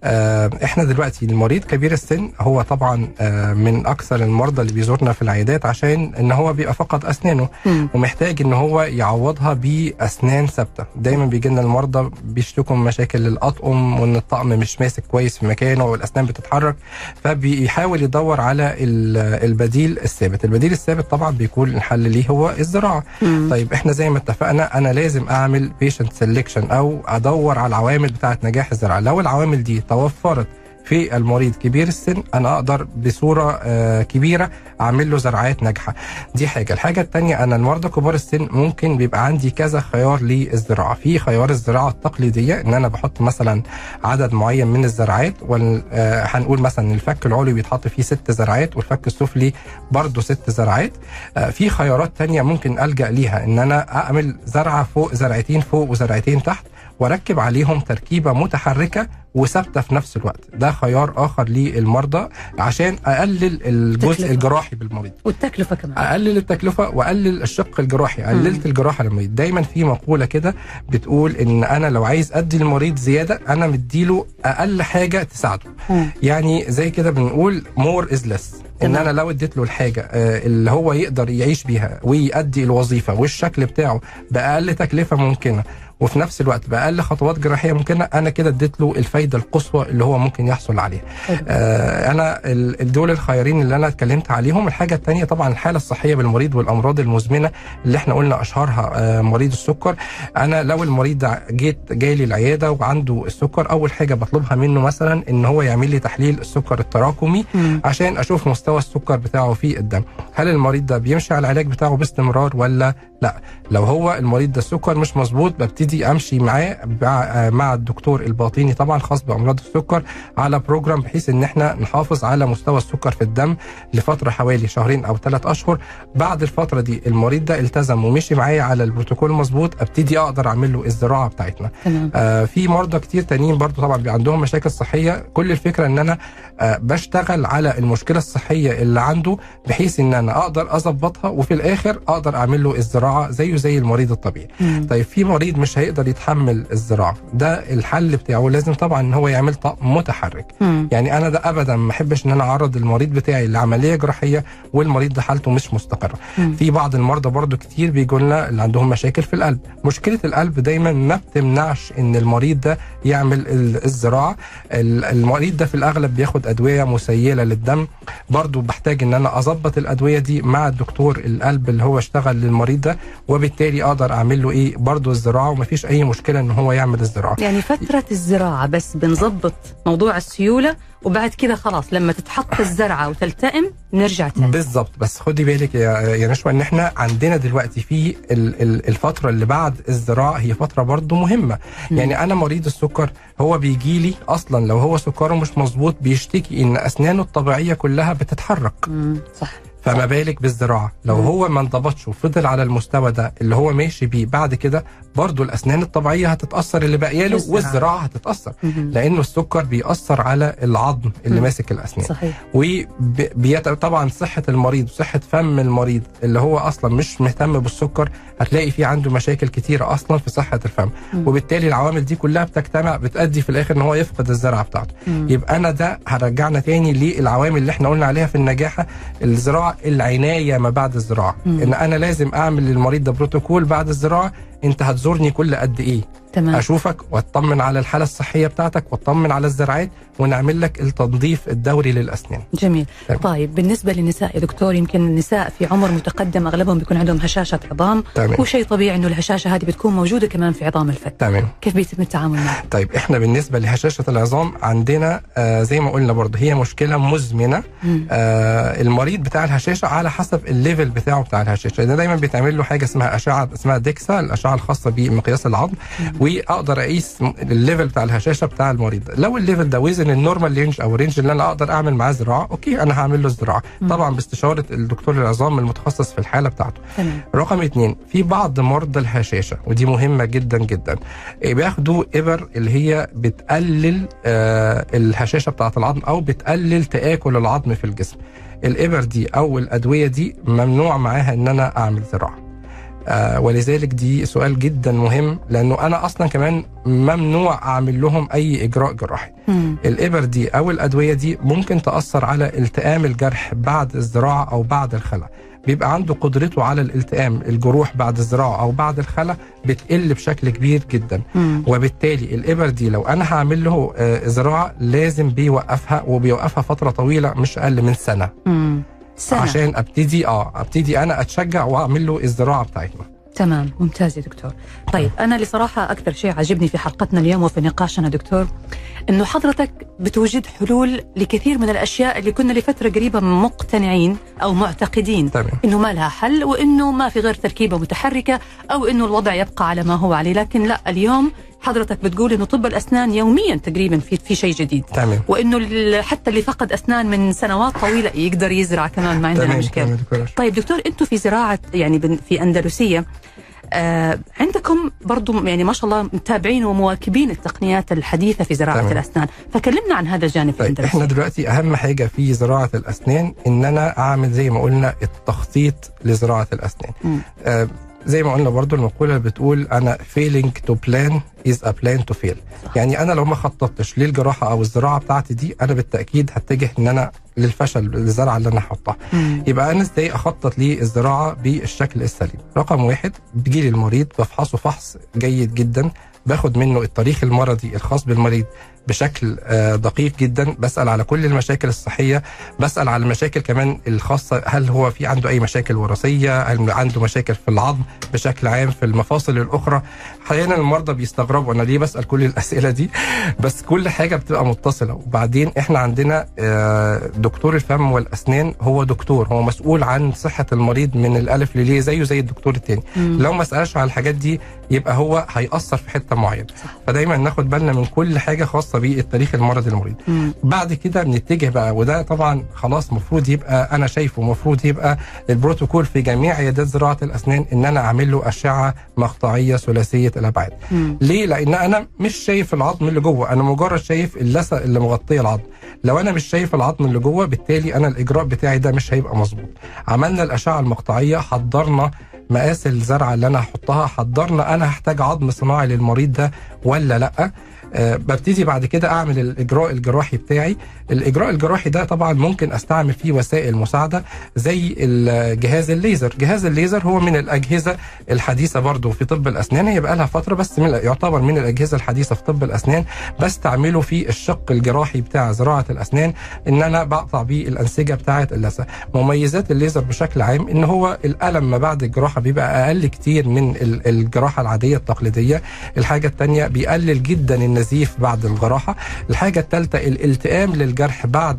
آه احنا دلوقتي المريض كبير السن هو طبعا آه من اكثر المرضى اللي بيزورنا في العيادات عشان ان هو بيبقى فقد اسنانه م. ومحتاج ان هو يعوضها باسنان ثابته. دايما بيجي لنا المرضى بيشتكوا من مشاكل الاطقم وان الطقم مش ماسك كويس في مكانه والاسنان بتتحرك، فبيحاول يدور على البديل الثابت. البديل الثابت طبعا بيكون الحل ليه هو الزراعه. م. طيب احنا زي ما اتفقنا انا لازم اعمل بيشنت سيلكشن او ادور على العوامل بتاعه نجاح الزراعه. لو العوامل دي توفرت في المريض كبير السن انا اقدر بصوره آه كبيره اعمل له زراعات ناجحه. دي حاجه. الحاجه الثانيه انا المرضى كبار السن ممكن بيبقى عندي كذا خيار للزراعه. في خيار الزراعه التقليديه ان انا بحط مثلا عدد معين من الزراعات، وهنقول مثلا الفك العلوي بيتحط فيه ست زراعات والفك السفلي برضه ست زراعات. آه في خيارات ثانيه ممكن الجا ليها ان انا اعمل زرعه فوق زرعتين فوق وزرعتين تحت واركب عليهم تركيبه متحركه وثابته في نفس الوقت. ده خيار اخر للمرضى عشان اقلل الجزء تكلفة. الجراحي بالمريض والتكلفه كمان، اقلل التكلفه واقلل الشق الجراحي. قللت الجراحه للمريض. دايما في مقوله كده بتقول ان انا لو عايز ادي المريض زياده انا مديله اقل حاجه تساعده. مم. يعني زي كده بنقول مور از ليس، ان انا لو اديت له الحاجه اللي هو يقدر يعيش بيها ويؤدي الوظيفه والشكل بتاعه باقل تكلفه ممكنه وفي نفس الوقت باقل خطوات جراحيه ممكنه، انا كده اديت له الفايده القصوى اللي هو ممكن يحصل عليها. آه انا دول الخيارين اللي انا اتكلمت عليهم. الحاجه الثانيه طبعا الحاله الصحيه بالمريض والامراض المزمنه اللي احنا قلنا اشهرها آه مريض السكر. انا لو المريض ده جيت جاي لي العياده وعنده السكر، اول حاجه بطلبها منه مثلا ان هو يعمل لي تحليل السكر التراكمي م. عشان اشوف مستوى السكر بتاعه في الدم. هل المريض ده بيمشي على العلاج بتاعه باستمرار ولا لا؟ لو هو المريض ده السكر مش مظبوط ببتدي امشي معاه مع الدكتور الباطني طبعا خاص بامراض السكر على بروجرام بحيث ان احنا نحافظ على مستوى السكر في الدم لفتره حوالي شهرين او ثلاث اشهر. بعد الفتره دي المريض ده التزم ومشي معايا على البروتوكول المظبوط، ابتدي اقدر اعمل له الزراعه بتاعتنا. آه في مرضى كتير تانيين برضو طبعا بيبقى عندهم مشاكل صحيه. كل الفكره ان انا آه بشتغل على المشكله الصحيه اللي عنده بحيث ان انا اقدر اظبطها وفي الاخر اقدر اعمل له الزراعه زيه زي المريض الطبيعي. مم. طيب في مريض مش هيقدر يتحمل الزراعه، ده الحل بتاعه لازم طبعا ان هو يعمل طقم متحرك. مم. يعني انا ده ابدا ما احبش ان انا اعرض المريض بتاعي لعمليه جراحيه والمريض ده حالته مش مستقره. مم. في بعض المرضى برضو كتير بيجوا لنا اللي عندهم مشاكل في القلب. مشكله القلب دايما ما بتمنعش ان المريض ده يعمل الزراعه. المريض ده في الاغلب بياخد ادويه مسيله للدم، برضو بحتاج ان انا اظبط الادويه دي مع الدكتور القلب اللي هو اشتغل للمريض ده، وبالتالي اقدر اعمل له ايه برضو الزراعه ومفيش اي مشكله ان هو يعمل الزراعه. يعني فتره الزراعه بس بنظبط موضوع السيوله وبعد كده خلاص لما تتحط الزرعه وتلتئم نرجع تاني. بالظبط. بس خدي بالك يا يا نشوى ان احنا عندنا دلوقتي في الفتره اللي بعد الزراعه هي فتره برضو مهمه. م. يعني انا مريض السكر هو بيجي لي اصلا لو هو سكره مش مظبوط بيشتكي ان اسنانه الطبيعيه كلها بتتحرك. م. صح. فما بالك بالزراعه لو مم. هو ما انضبطش وفضل على المستوى ده اللي هو ماشي بيه، بعد كده برضو الاسنان الطبيعيه هتتاثر اللي باقيه له والزراعه هتتاثر. مم. لانه السكر بيأثر على العظم اللي مم. ماسك الاسنان. صحيح. وطبعا صحه المريض وصحه فم المريض اللي هو اصلا مش مهتم بالسكر هتلاقي فيه عنده مشاكل كتيره اصلا في صحه الفم. مم. وبالتالي العوامل دي كلها بتجتمع بتؤدي في الاخر ان هو يفقد الزرعه بتاعته. مم. يبقى انا ده هرجعنا تاني للعوامل اللي احنا قلنا عليها في النجاحه. الزراعه العنايه ما بعد الزراعه. مم. ان انا لازم اعمل للمريض ده بروتوكول بعد الزراعه. انت هتزورني كل قد ايه؟ تمام. اشوفك واطمن على الحاله الصحيه بتاعتك واطمن على الزراعات ونعمل لك التنظيف الدوري للاسنان. جميل. تمام. طيب بالنسبه للنساء يا دكتور، يمكن النساء في عمر متقدم اغلبهم بيكون عندهم هشاشه عظام. تمام. وشيء طبيعي انه الهشاشه هذه بتكون موجوده كمان في عظام الفك. تمام. كيف بيتم التعامل معها؟ طيب احنا بالنسبه لهشاشه العظام عندنا آه زي ما قلنا برضه هي مشكله مزمنه. آه المريض بتاع الهشاشه على حسب الليفل بتاعه بتاع الهشاشه، ده دايما بيتعمل له حاجه اسمها اشعه اسمها ديكسا، الاشعه الخاصه بمقياس العظم، واقدر اقيس الليفل بتاع الهشاشه بتاع المريض. لو الليفل ده وزن النورمال رينج او الرينج اللي انا اقدر اعمل معاه زراعه، اوكي انا هعمل له الزراعه طبعا باستشاره الدكتور العظام المتخصص في الحاله بتاعته. تمام. رقم اتنين، في بعض مرضى الهشاشه ودي مهمه جدا جدا بياخدوا ابر اللي هي بتقلل آه الهشاشه بتاعه العظم او بتقلل تآكل العظم في الجسم. الابر دي او الادويه دي ممنوع معاها ان انا اعمل زراعه. آه ولذلك دي سؤال جدا مهم، لانه انا اصلا كمان ممنوع اعمل لهم اي اجراء جراحي. مم. الابر دي او الادويه دي ممكن تاثر على التئام الجرح بعد الزراعه او بعد الخلع. بيبقى عنده قدرته على الالتئام الجروح بعد الزراعه او بعد الخلع بتقل بشكل كبير جدا. مم. وبالتالي الابر دي لو انا هعمل له آه زراعه لازم بيوقفها، وبيوقفها فتره طويله مش اقل من سنه. مم. سنة. عشان ابتدي اه ابتدي انا اتشجع واعمل له الزراعه بتاعتنا. تمام، ممتاز يا دكتور. طيب أنا اللي صراحة أكثر شيء عجبني في حلقتنا اليوم وفي نقاشنا دكتور إنه حضرتك بتوجد حلول لكثير من الأشياء اللي كنا لفترة قريبة مقتنعين أو معتقدين تمام. إنه ما لها حل، وإنه ما في غير تركيبة متحركة، أو إنه الوضع يبقى على ما هو عليه. لكن لا، اليوم حضرتك بتقول إنه طب الأسنان يوميا تقريبا في في شيء جديد. تمام. وإنه حتى اللي فقد أسنان من سنوات طويلة يقدر يزرع كمان، ما عندنا تمام. مشكلة. تمام دكتور. طيب دكتور، أنتم في زراعة يعني في أندلسية آه عندكم برضو يعني ما شاء الله متابعين ومواكبين التقنيات الحديثة في زراعة تمام. الأسنان، فكلمنا عن هذا الجانب. طيب في احنا دلوقتي أهم حاجة في زراعة الأسنان إن أنا أعمل زي ما قلنا التخطيط لزراعة الأسنان. آه زي ما قلنا برضو المقولة بتقول أنا failing to plan is a plan to fail. يعني أنا لو ما خططتش للجراحة أو الزراعة بتاعتي دي أنا بالتأكيد هتجه إن أنا للفشل للزرعة اللي أنا هحطها. يبقى أنا إزاي أخطط للزراعة بالشكل السليم؟ رقم واحد، بيجي للمريض بفحصه فحص جيد جدا، باخد منه التاريخ المرضي الخاص بالمريض بشكل دقيق جدا، بسأل على كل المشاكل الصحية، بسأل على المشاكل كمان الخاصة، هل هو في عنده أي مشاكل وراثية، هل عنده مشاكل في العظم بشكل عام، في المفاصل الأخرى. أحيانا المرضى بيستغربوا أنا ليه بسأل كل الأسئلة دي، بس كل حاجة بتبقى متصلة. وبعدين إحنا عندنا دكتور الفم والأسنان هو دكتور، هو مسؤول عن صحة المريض من الألف لليه زيه زي الدكتور التاني. مم. لو ما سألش على الحاجات دي يبقى هو هيأثر في حتة معينة. فدايما ناخد بالنا من كل حاجة خاصة بالتاريخ المرضي للمريض. بعد كده بنتجه بقى، وده طبعا خلاص مفروض يبقى انا شايفه مفروض يبقى البروتوكول في جميع عيادات زراعه الاسنان ان انا اعمل له اشعه مقطعيه ثلاثيه الابعاد. مم. ليه؟ لان انا مش شايف العظم اللي جوه، انا مجرد شايف اللثه اللي مغطيه العظم. لو انا مش شايف العظم اللي جوه بالتالي انا الاجراء بتاعي ده مش هيبقى مظبوط. عملنا الاشعه المقطعيه، حضرنا مقاس الزرعه اللي انا هحطها، حضرنا انا هحتاج عظم صناعي للمريض ده ولا لا. أه ببتدي بعد كده اعمل الاجراء الجراحي بتاعي. الاجراء الجراحي ده طبعا ممكن استعمل فيه وسائل مساعده زي الجهاز الليزر. جهاز الليزر هو من الاجهزه الحديثه برضو في طب الاسنان، هي بقى لها فتره بس من يعتبر من الاجهزه الحديثه في طب الاسنان، بستعمله في الشق الجراحي بتاع زراعه الاسنان، ان انا بقطع بيه الانسجه بتاعه اللثه. مميزات الليزر بشكل عام ان هو الالم ما بعد الجراحه بيبقى اقل كتير من الجراحه العاديه التقليديه. الحاجه الثانيه بيقلل جدا النزيف بعد الجراحه. الحاجه الثالثه الالتئام للجرح بعد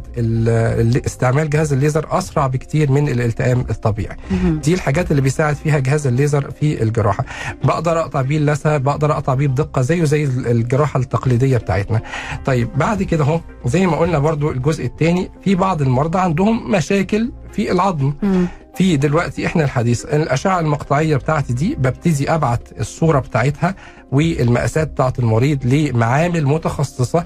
استعمال جهاز الليزر اسرع بكتير من الالتئام الطبيعي. دي الحاجات اللي بيساعد فيها جهاز الليزر في الجراحه. بقدر اقطع بيه اللثه، بقدر اقطع بيه بدقه زيه زي الجراحه التقليديه بتاعتنا. طيب بعد كده اهو زي ما قلنا برضو الجزء الثاني، في بعض المرضى عندهم مشاكل في العظم. مم. في دلوقتي احنا الحديث الاشعه المقطعيه بتاعتي دي ببتدي ابعت الصوره بتاعتها والمقاسات بتاعت المريض لمعامل متخصصه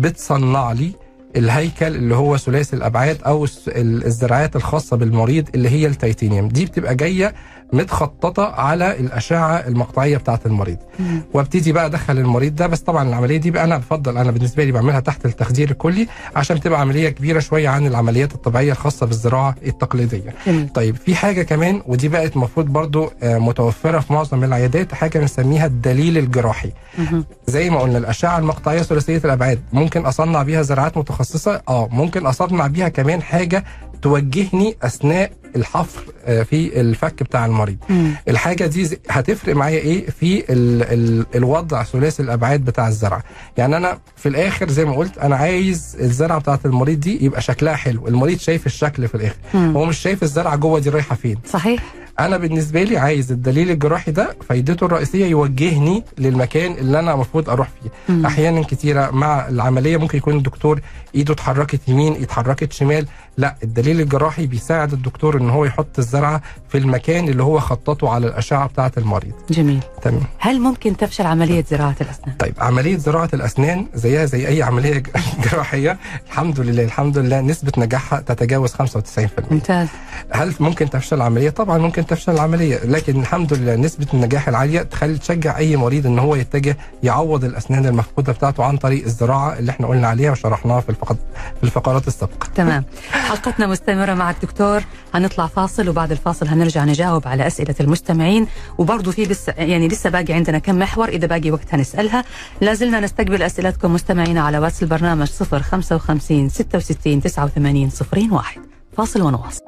بتصنع لي الهيكل اللي هو ثلاثي الابعاد او الزراعات الخاصه بالمريض اللي هي التيتانيوم. دي بتبقى جايه متخططه على الاشعه المقطعيه بتاعه المريض. مم. وابتدي بقى ادخل المريض ده، بس طبعا العمليه دي بقى انا بفضل انا بالنسبه لي بعملها تحت التخدير الكلي عشان تبقى عمليه كبيره شويه عن العمليات الطبيعيه الخاصه بالزراعه التقليديه. مم. طيب في حاجه كمان ودي بقت المفروض برضو متوفره في معظم العيادات، حاجه بنسميها الدليل الجراحي. مم. زي ما قلنا الاشعه المقطعيه ثلاثيه الابعاد ممكن اصنع بيها زراعات متخصصه، اه ممكن اصنع بيها كمان حاجه توجهني اثناء الحفر في الفك بتاع المريض. مم. الحاجه دي هتفرق معايا ايه في ال ال الوضع ثلاثي الابعاد بتاع الزرعه. يعني انا في الاخر زي ما قلت انا عايز الزرعه بتاعه المريض دي يبقى شكلها حلو، المريض شايف الشكل في الاخر. مم. هو مش شايف الزرعه جوه دي رايحه فين. صحيح. انا بالنسبه لي عايز الدليل الجراحي ده فايدته الرئيسيه يوجهني للمكان اللي انا المفروض اروح فيه. مم. احيانا كتيره مع العمليه ممكن يكون الدكتور ايده اتحركت يمين اتحركت شمال، لا الدليل الجراحي بيساعد الدكتور له ان هو يحط الزرعه في المكان اللي هو خططه على الاشعه بتاعه المريض. جميل. تمام. هل ممكن تفشل عمليه زراعه الاسنان؟ طيب عمليه زراعه الاسنان زيها زي اي عمليه جراحيه، الحمد لله الحمد لله نسبه نجاحها تتجاوز خمسة وتسعين بالمئة. ممتاز. هل ممكن تفشل العمليه؟ طبعا ممكن تفشل العمليه، لكن الحمد لله نسبه النجاح العاليه تخلي تشجع اي مريض ان هو يتجه يعوض الاسنان المفقوده بتاعته عن طريق الزراعه اللي احنا قلنا عليها وشرحناها في الفقرات في الفقرات السابقه. تمام. حلقتنا مستمره مع الدكتور، هنطلع فاصل وبعد الفاصل هنرجع نجاوب على اسئله المستمعين، وبرضه في بس يعني لسه باقي عندنا كم محور اذا باقي وقت هنسالها. لازلنا نستقبل اسئلتكم مستمعينا على واتس البرنامج صفر خمسة وخمسين ستة وستين تسعة وثمانين صفرين واحد. فاصل ونواصل.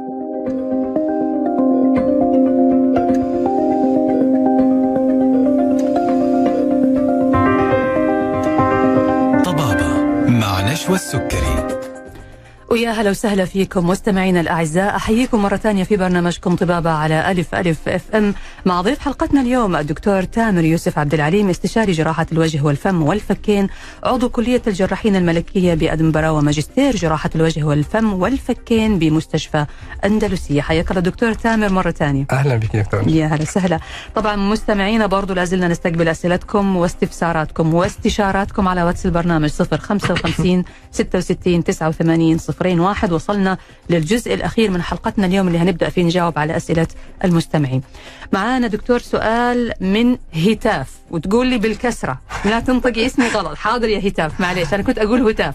طبابة مع نشوى السكري. ويا هلا وسهلا فيكم مستمعينا الأعزاء، أحييكم مرة ثانية في برنامجكم طبابة على ألف ألف اف ام مع ضيف حلقتنا اليوم الدكتور تامر يوسف عبد العليم، استشاري جراحة الوجه والفم والفكين، عضو كلية الجراحين الملكية بأدنبرا، وماجستير جراحة الوجه والفم والفكين بمستشفى أندلسية. حياك الله دكتور تامر مرة ثانية. أهلا بك دكتور. يا هلا وسهلا. طبعا مستمعينا برضو لازلنا نستقبل أسئلتكم واستفساراتكم واستشاراتكم على واتس البرنامج صفر خمسة وخمسين ستة وستين تسعة وثمانين صفرين واحد. وصلنا للجزء الأخير من حلقتنا اليوم اللي هنبدأ فيه نجاوب على أسئلة المستمعين. معانا دكتور سؤال من هتاف، وتقول لي بالكسرة لا تنطقي اسمي غلط. حاضر يا هتاف، معليش أنا كنت أقول هتاف.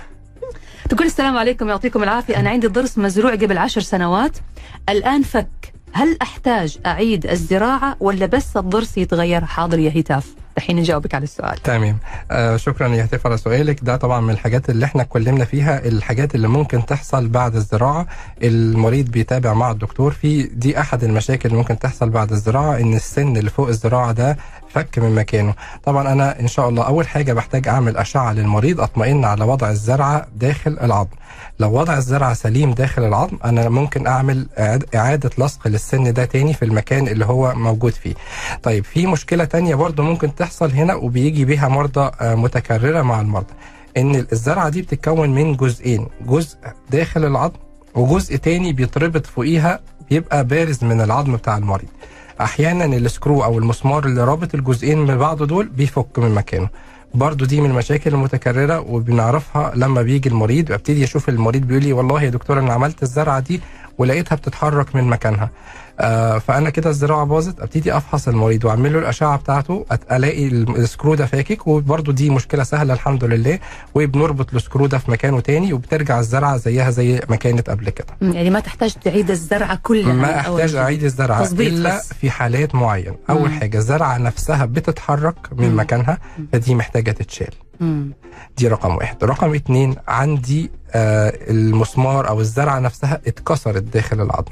تقول السلام عليكم يعطيكم العافية، أنا عندي ضرس مزروع قبل عشر سنوات الآن فك، هل أحتاج أعيد الزراعة ولا بس الضرس يتغير؟ حاضر يا هتاف، الحين نجاوبك على السؤال. تمام. آه شكرا يا هتاف على سؤالك ده. طبعا من الحاجات اللي احنا اتكلمنا فيها الحاجات اللي ممكن تحصل بعد الزراعه، المريض بيتابع مع الدكتور في دي. احد المشاكل اللي ممكن تحصل بعد الزراعه ان السن اللي فوق الزراعه ده فك من مكانه. طبعا انا ان شاء الله اول حاجه بحتاج اعمل اشعه للمريض اطمئن على وضع الزرعه داخل العظم. لو وضع الزرعه سليم داخل العظم انا ممكن اعمل اعاده لصق للسن ده تاني في المكان اللي هو موجود فيه. طيب في مشكله تانية برضو ممكن تحصل هنا وبيجي بيها مرضى متكرره مع المرضى، ان الزرعه دي بتتكون من جزئين، جزء داخل العظم وجزء تاني بيتربط فوقيها بيبقى بارز من العظم بتاع المريض. احيانا السكرو او المسمار اللي رابط الجزئين من بعض دول بيفك من مكانه. برضو دي من المشاكل المتكرره وبنعرفها لما بيجي المريض وابتدي اشوف المريض بيقول لي والله يا دكتور انا عملت الزرعه دي ولقيتها بتتحرك من مكانها. آه فانا كده الزراعه باظت، ابتدي افحص المريض واعمل له الاشعه بتاعته، الاقي السكرو ده فاكك، وبرده دي مشكله سهله الحمد لله، وبنربط السكرو ده في مكانه تاني وبترجع الزرعه زيها زي ما كانت قبل كده. يعني ما تحتاج تعيد الزرعه كلها؟ ما احتاج اعيد الزرعه الا بس في حالات معينه. اول مم. حاجه الزرعه نفسها بتتحرك من مم. مكانها، فدي محتاجه تتشال. مم. دي رقم واحد. رقم اتنين عندي آه المسمار او الزرعه نفسها اتكسرت داخل العظم،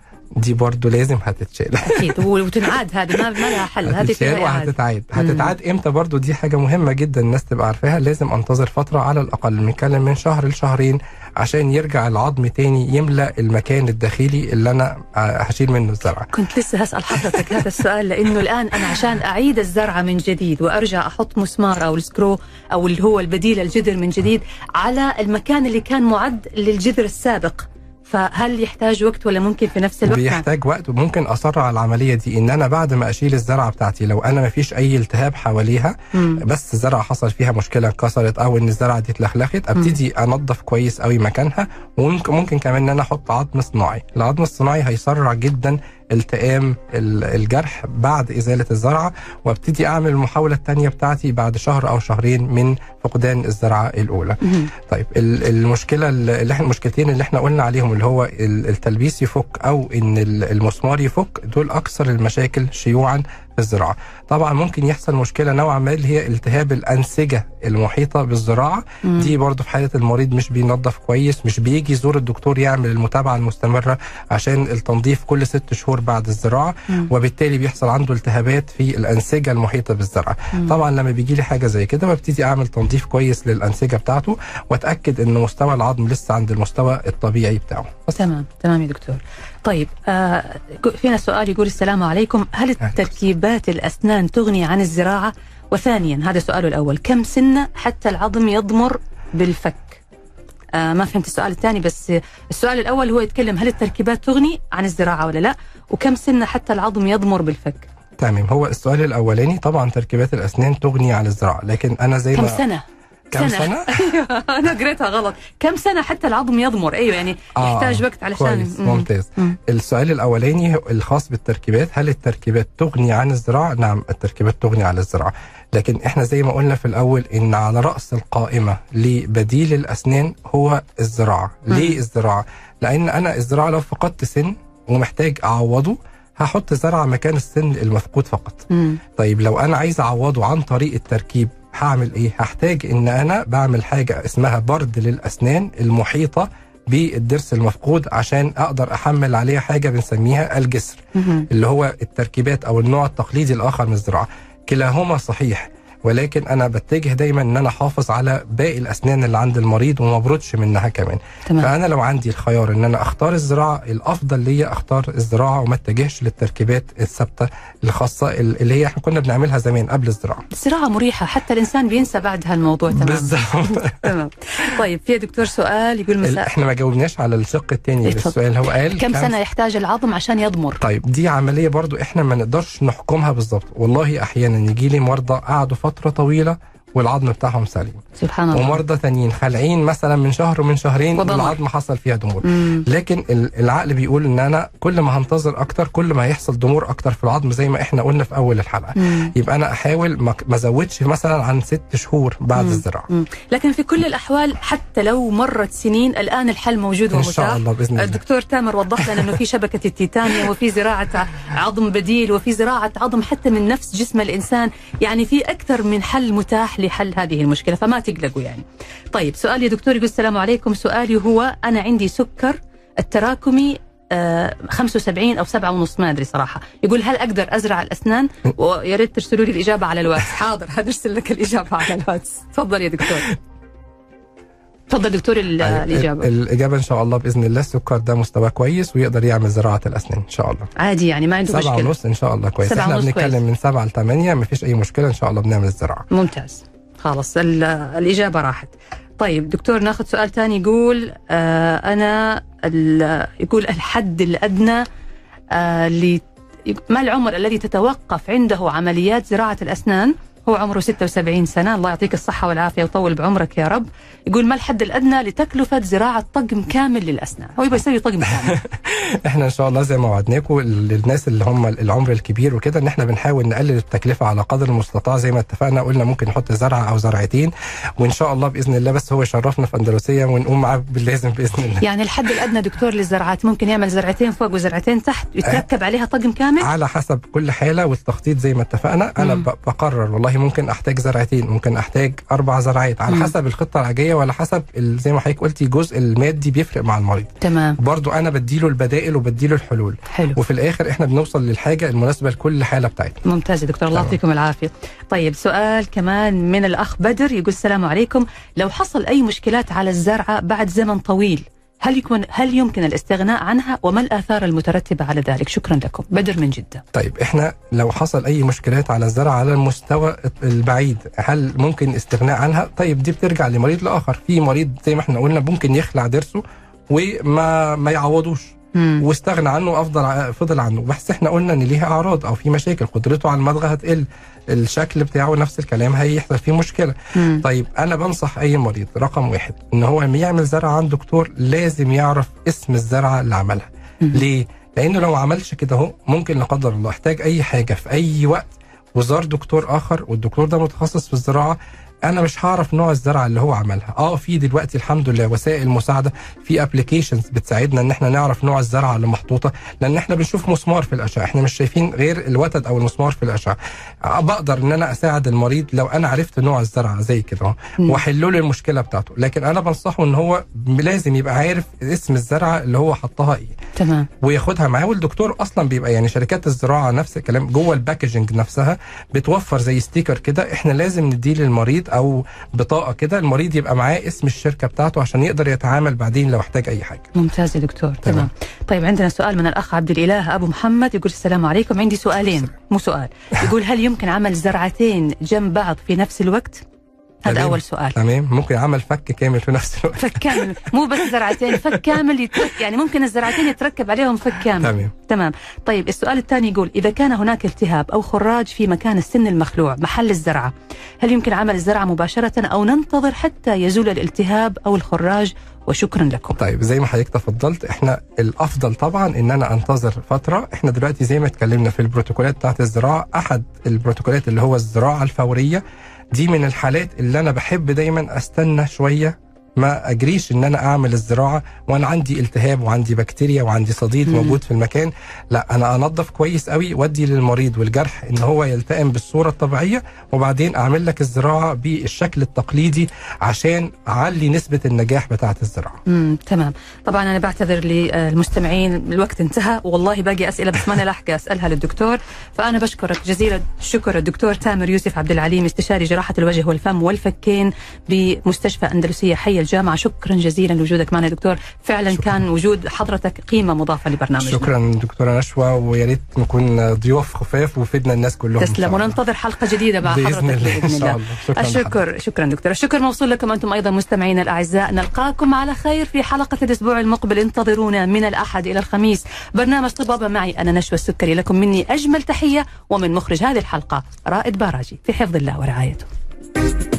دي برضو لازم هتتشال اكيد وتنعاد. هذه ما لها حل، هتتشال وهتتعاد. هتتعاد امتى؟ برضو دي حاجه مهمه جدا الناس تبقى عارفاها. لازم انتظر فتره على الاقل بنتكلم من شهر لشهرين عشان يرجع العظم تاني يملأ المكان الداخلي اللي انا هشيل منه الزرعه. كنت لسه هسأل حضرتك هذا السؤال، لانه الان انا عشان اعيد الزرعه من جديد وارجع احط مسمار او السكرو او اللي هو البديل الجذر من جديد على المكان اللي كان معد للجذر السابق، فهل يحتاج وقت ولا ممكن في نفس الوقت؟ بيحتاج وقت، وممكن اسرع العمليه دي ان انا بعد ما اشيل الزرعه بتاعتي لو انا ما فيش اي التهاب حواليها مم. بس الزرعه حصل فيها مشكله اتكسرت او ان الزرعه دي اتلخلخت، ابتدي انظف كويس قوي مكانها. وممكن ممكن كمان ان انا احط عظم صناعي. العظم الصناعي هيسرع جدا التئام الجرح بعد ازاله الزرعه، وابتدي اعمل المحاوله الثانيه بتاعتي بعد شهر او شهرين من فقدان الزرعه الاولى. مم. طيب المشكله اللي احنا المشكلتين اللي احنا قلنا عليهم اللي هو التلبيس يفك او ان المسمار يفك، دول اكثر المشاكل شيوعا في الزراعه. طبعا ممكن يحصل مشكله نوعا ما اللي هي التهاب الانسجه المحيطه بالزراعه. مم. دي برضو في حاله المريض مش بينظف كويس، مش بيجي يزور الدكتور يعمل المتابعه المستمره عشان التنظيف كل ست شهور بعد الزراعه، مم. وبالتالي بيحصل عنده التهابات في الانسجه المحيطه بالزرعه. مم. طبعا لما بيجي لي حاجه زي كده ببتدي اعمل تنظيف كويس للانسجه بتاعته واتاكد ان مستوى العظم لسه عند المستوى الطبيعي بتاعه. تمام تمام يا دكتور. طيب آه فينا سؤال يقول السلام عليكم، هل تركيبات الاسنان تغني عن الزراعه؟ وثانيا هذا سؤاله الاول، كم سنه حتى العظم يضمر بالفك؟ آه ما فهمت السؤال الثاني، بس السؤال الأول هو يتكلم هل التركيبات تغني عن الزراعة ولا لا، وكم سنة حتى العظم يضمر بالفك؟ تمام. هو السؤال الأولاني طبعا تركيبات الأسنان تغني عن الزراعة، لكن أنا زي كم ما سنة؟ كم سنة؟ سنة؟ أيوة أنا قريتها غلط. كم سنة حتى العظم يضمر؟ أيوة يعني آه يحتاج وقت علشان كويس. ممتاز. مم. السؤال الأولاني الخاص بالتركيبات، هل التركيبات تغني عن الزراعة؟ نعم التركيبات تغني عن الزراعة، لكن احنا زي ما قلنا في الأول إن على رأس القائمة لبديل الأسنان هو الزراعة. مم. ليه الزراعة؟ لأن أنا الزراعة لو فقدت سن ومحتاج أعوضه هحط زرعة مكان السن المفقود فقط. مم. طيب لو أنا عايز أعوضه عن طريق التركيب هعمل ايه؟ هحتاج ان انا بعمل حاجة اسمها برد للاسنان المحيطة بالضرس المفقود عشان اقدر احمل عليها حاجة بنسميها الجسر، اللي هو التركيبات او النوع التقليدي الاخر من الزراعة. كلاهما صحيح، ولكن انا بتجه دايما ان انا احافظ على باقي الاسنان اللي عند المريض وما بردش منها كمان. تمام. فانا لو عندي الخيار ان انا اختار الزراعه، الافضل ليا اختار الزراعه وما اتجهش للتركيبات الثابته الخاصه اللي هي احنا كنا بنعملها زمان قبل الزراعه. الزراعه مريحه، حتى الانسان بينسى بعدها الموضوع. تمام بالظبط. تمام. طيب في دكتور سؤال يقول مساء، احنا ما جاوبناش على الشق الثاني للسؤال. هو قال كم سنه يحتاج العظم عشان يضمر؟ طيب دي عمليه برضو احنا ما نقدرش نحكمها بالظبط. والله احيانا يجي لي مرضى قعدوا فتره طويله والعظم بتاعهم سليم، سبحان الله، ومرضى ثانيين خالعين مثلا من شهر ومن شهرين والعظم حصل فيها ضمور. لكن العقل بيقول ان انا كل ما هنتظر اكتر كل ما هيحصل ضمور اكتر في العظم زي ما احنا قلنا في اول الحلقه. مم. يبقى انا احاول ما ازودش مثلا عن ست شهور بعد مم. الزراعه. مم. لكن في كل الاحوال حتى لو مرت سنين الان الحل موجود ومتاح ان شاء الله باذن الله. الدكتور تامر وضح لنا انه في شبكه التيتانيوم وفي زراعه عظم بديل وفي زراعه عظم حتى من نفس جسم الانسان، يعني في اكثر من حل متاح لحل هذه المشكله، فما تقلقوا يعني. طيب سؤال يا دكتور يقول السلام عليكم، سؤالي هو أنا عندي سكر التراكمي آه خمسة وسبعين أو سبعة ونص ما أدري صراحة، يقول هل أقدر أزرع الأسنان؟ ويا ريت ترسلوا لي الإجابة على الواتس. حاضر هنرسل لك الإجابة على الواتس. تفضل يا دكتور. تفضل دكتور الإجابة. الإجابة إن شاء الله بإذن الله السكر ده مستوى كويس ويقدر يعمل زراعة الأسنان إن شاء الله. عادي يعني ما عنده مشكلة. سبعة ونص إن شاء الله كويس. إحنا بنتكلم كويس. من سبعة لثمانية ما فيش أي مشكلة إن شاء الله بنعمل الزراعة. ممتاز. خلاص الإجابة راحت. طيب دكتور ناخذ سؤال ثاني يقول آه أنا يقول الحد الأدنى آه اللي ما العمر الذي تتوقف عنده عمليات زراعة الأسنان؟ هو عمره ستة وسبعين سنة، الله يعطيك الصحة والعافية ويطول بعمرك يا رب. يقول ما الحد الأدنى لتكلفة زراعة طقم كامل للأسنان؟ هو يبغى يسوي طقم كامل. احنا ان شاء الله زي ما وعدناكم للناس اللي هم العمر الكبير وكده ان احنا بنحاول نقلل التكلفة على قدر المستطاع زي ما اتفقنا، قلنا ممكن نحط زرعة او زرعتين وان شاء الله بإذن الله بس هو يشرفنا في أندلسية ونقوم معاه باللازم بإذن الله. يعني الحد الأدنى دكتور للزراعات ممكن يعمل زرعتين فوق وزرعتين تحت يتركب عليها طقم كامل؟ على حسب كل حالة والتخطيط زي ما اتفقنا. انا م. بقرر والله ممكن احتاج زرعتين، ممكن احتاج اربع زرعات على م. حسب الخطة العلاجية وعلى حسب زي ما حضرتك قلتي الجزء المادي بيفرق مع المريض. تمام. برضو انا بديله البدائل وبديله الحلول. حلو. وفي الاخر احنا بنوصل للحاجه المناسبه لكل حاله بتاعتنا. ممتاز يا دكتور، الله يعطيكم العافيه. طيب سؤال كمان من الاخ بدر يقول السلام عليكم، لو حصل اي مشكلات على الزرعه بعد زمن طويل هل يكون هل يمكن الاستغناء عنها وما الاثار المترتبه على ذلك؟ شكرا لكم. بدر من جده. طيب احنا لو حصل اي مشكلات على الزرع على المستوى البعيد هل ممكن استغناء عنها؟ طيب دي بترجع لمريض لاخر. في مريض زي ما احنا قلنا ممكن يخلع ضرسه وما ما يعوضوش مم. واستغنى عنه وافضل فضل عنه، بس احنا قلنا ان ليها اعراض او في مشاكل، قدرته على المضغ هتقل، الشكل بتاعه نفس الكلام هيحصل فيه مشكله. مم. طيب انا بنصح اي مريض رقم واحد ان هو لما يعمل زرعه عند دكتور لازم يعرف اسم الزرعه اللي عملها. مم. ليه؟ لانه لو ما عملش كده اهو ممكن لا قدر الله احتاج اي حاجه في اي وقت وزار دكتور اخر والدكتور ده متخصص في الزراعه، انا مش هعرف نوع الزرعه اللي هو عملها. اه في دلوقتي الحمد لله وسائل مساعده، في ابلكيشنز بتساعدنا ان احنا نعرف نوع الزرعه اللي محطوطه، لان احنا بنشوف مسمار في الاشعه، احنا مش شايفين غير الوتد او المسمار في الاشعه. بقدر ان انا اساعد المريض لو انا عرفت نوع الزرعه زي كده واحل له المشكله بتاعته، لكن انا بنصحه ان هو لازم يبقى عارف اسم الزرعه اللي هو حطها ايه. تمام. وياخدها معاه، والدكتور اصلا بيبقى يعني شركات الزراعه نفس الكلام جوه الباكجنج نفسها بتوفر زي ستيكر كده، احنا لازم نديه للمريض او بطاقه كده المريض يبقى معاه اسم الشركه بتاعته عشان يقدر يتعامل بعدين لو احتاج اي حاجه. ممتاز يا دكتور. تمام. تمام. طيب عندنا سؤال من الاخ عبد الاله ابو محمد يقول السلام عليكم، عندي سؤالين مو سؤال. يقول هل يمكن عمل زرعتين جنب بعض في نفس الوقت؟ هذا أول سؤال. تمام. ممكن عمل فك كامل في نفس الوقت. فك كامل، مو بس زرعتين، فك كامل يترك، يعني ممكن الزرعتين يتركب عليهم فك كامل. تمام. تمام. طيب السؤال الثاني يقول إذا كان هناك التهاب أو خراج في مكان السن المخلوع محل الزرعة، هل يمكن عمل الزرعة مباشرة أو ننتظر حتى يزول الالتهاب أو الخراج؟ وشكرا لكم. طيب زي ما حضرتك تفضلت، احنا الافضل طبعا ان انا انتظر فتره. احنا دلوقتي زي ما اتكلمنا في البروتوكولات بتاعت الزراعه، احد البروتوكولات اللي هو الزراعه الفوريه، دي من الحالات اللي انا بحب دايما استنى شويه، ما اجريش ان انا اعمل الزراعه وانا عندي التهاب وعندي بكتيريا وعندي صديد موجود في المكان. لا، انا انظف كويس قوي وادي للمريض والجرح ان هو يلتئم بالصوره الطبيعيه، وبعدين اعمل لك الزراعه بالشكل التقليدي عشان اعلي نسبه النجاح بتاعه الزراعه. امم تمام. طبعا انا بعتذر للمستمعين، الوقت انتهى والله باقي اسئله بس ما انا لاحقه اسالها للدكتور، فانا بشكرك جزيل الشكر الدكتور تامر يوسف عبد العليم، استشاري جراحه الوجه والفم والفكين بمستشفى اندلسيه حي الجامعة. شكرا جزيلا لوجودك معنا دكتور، فعلا شكرا. كان وجود حضرتك قيمة مضافة لبرنامجنا. شكرا دكتورة نشوى، ويا ريت نكون ضيوف خفاف وفدنا الناس كلهم. تسلم، وننتظر حلقة جديدة مع حضرتك بإذن الله. بإذن الله. شكرا الشكر شكرا دكتور. الشكر موصول لكم أنتم أيضا مستمعينا الأعزاء، نلقاكم على خير في حلقة الأسبوع المقبل. انتظرونا من الأحد إلى الخميس، برنامج طبابة معي أنا نشوى السكري. لكم مني أجمل تحية ومن مخرج هذه الحلقة رائد باراجي، في حفظ الله ورعايته.